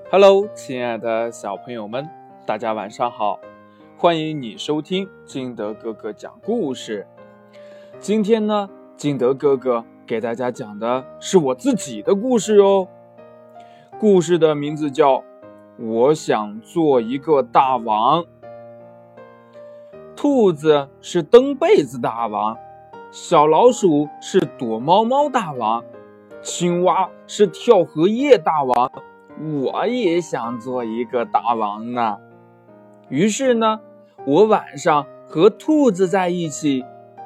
Hello， 亲爱的小朋友们，大家晚上好！欢迎你收听金德哥哥讲故事。今天呢，金德哥哥给大家讲的是我自己的故事哦。故事的名字叫《我想做一个大王》。兔子是蹬被子大王，小老鼠是躲猫猫大王，青蛙是跳荷叶大王。我也想做一个大王呢。于是呢，我晚上和兔子在一起。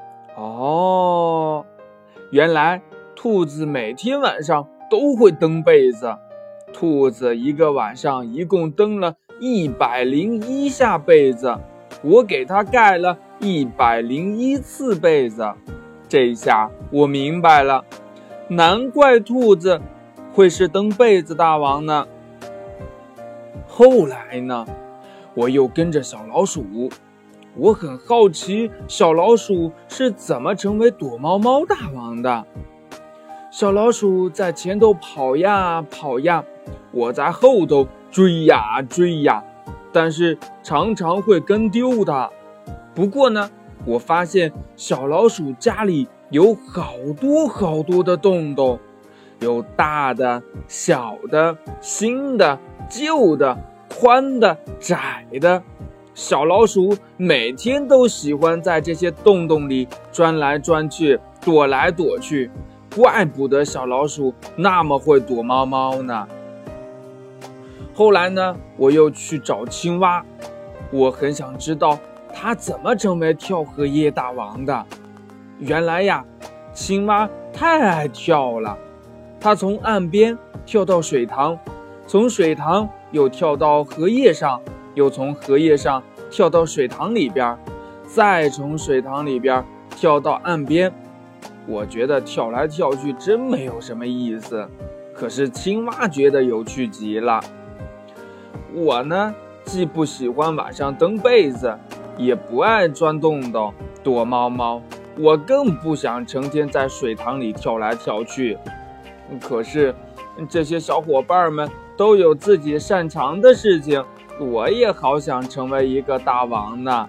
原来兔子每天晚上都会蹬被子。兔子一个晚上一共蹬了101下被子，我给它盖了101次被子。这下我明白了，难怪兔子会是蹬被子大王呢。后来呢，我又跟着小老鼠，我很好奇小老鼠是怎么成为躲猫猫大王的。小老鼠在前头跑呀跑呀，我在后头追呀追呀，但是常常会跟丢它。不过呢，我发现小老鼠家里有好多的洞洞，有大的、小的、新的、旧的、宽的、窄的。小老鼠每天都喜欢在这些洞洞里钻来钻去，躲来躲去，怪不得小老鼠那么会躲猫猫呢。后来呢，我又去找青蛙，我很想知道它怎么成为跳荷叶大王的。原来呀，青蛙太爱跳了，它从岸边跳到水塘，从水塘又跳到荷叶上，又从荷叶上跳到水塘里边，再从水塘里边跳到岸边。我觉得跳来跳去真没有什么意思，可是青蛙觉得有趣极了。我呢，既不喜欢晚上蹬被子，也不爱钻洞洞躲猫猫，我更不想成天在水塘里跳来跳去。可是这些小伙伴们都有自己擅长的事情，我也好想成为一个大王呢。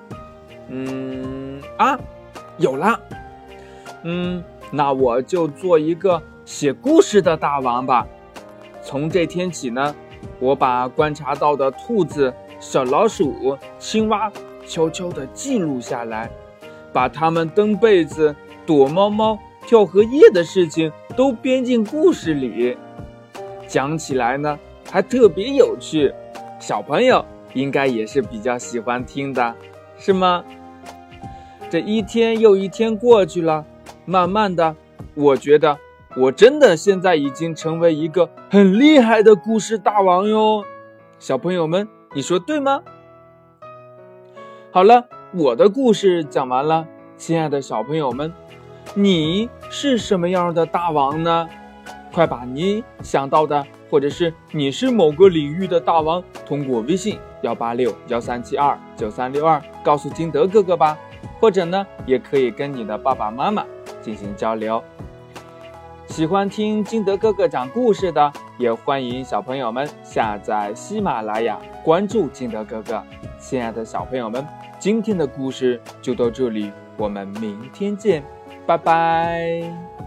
有了。那我就做一个写故事的大王吧。从这天起呢，我把观察到的兔子、小老鼠、青蛙悄悄地记录下来，把它们蹬被子、躲猫猫、跳荷叶的事情都编进故事里。讲起来呢，还特别有趣，小朋友应该也是比较喜欢听的，是吗？这一天又一天过去了，慢慢的，我觉得我真的现在已经成为一个很厉害的故事大王哟。小朋友们，你说对吗？好了，我的故事讲完了，亲爱的小朋友们，你是什么样的大王呢？快把你想到的，或者是你是某个领域的大王，通过微信18613729362告诉金德哥哥吧。或者呢，也可以跟你的爸爸妈妈进行交流。喜欢听金德哥哥讲故事的，也欢迎小朋友们下载喜马拉雅，关注金德哥哥。亲爱的小朋友们，今天的故事就到这里，我们明天见，拜拜。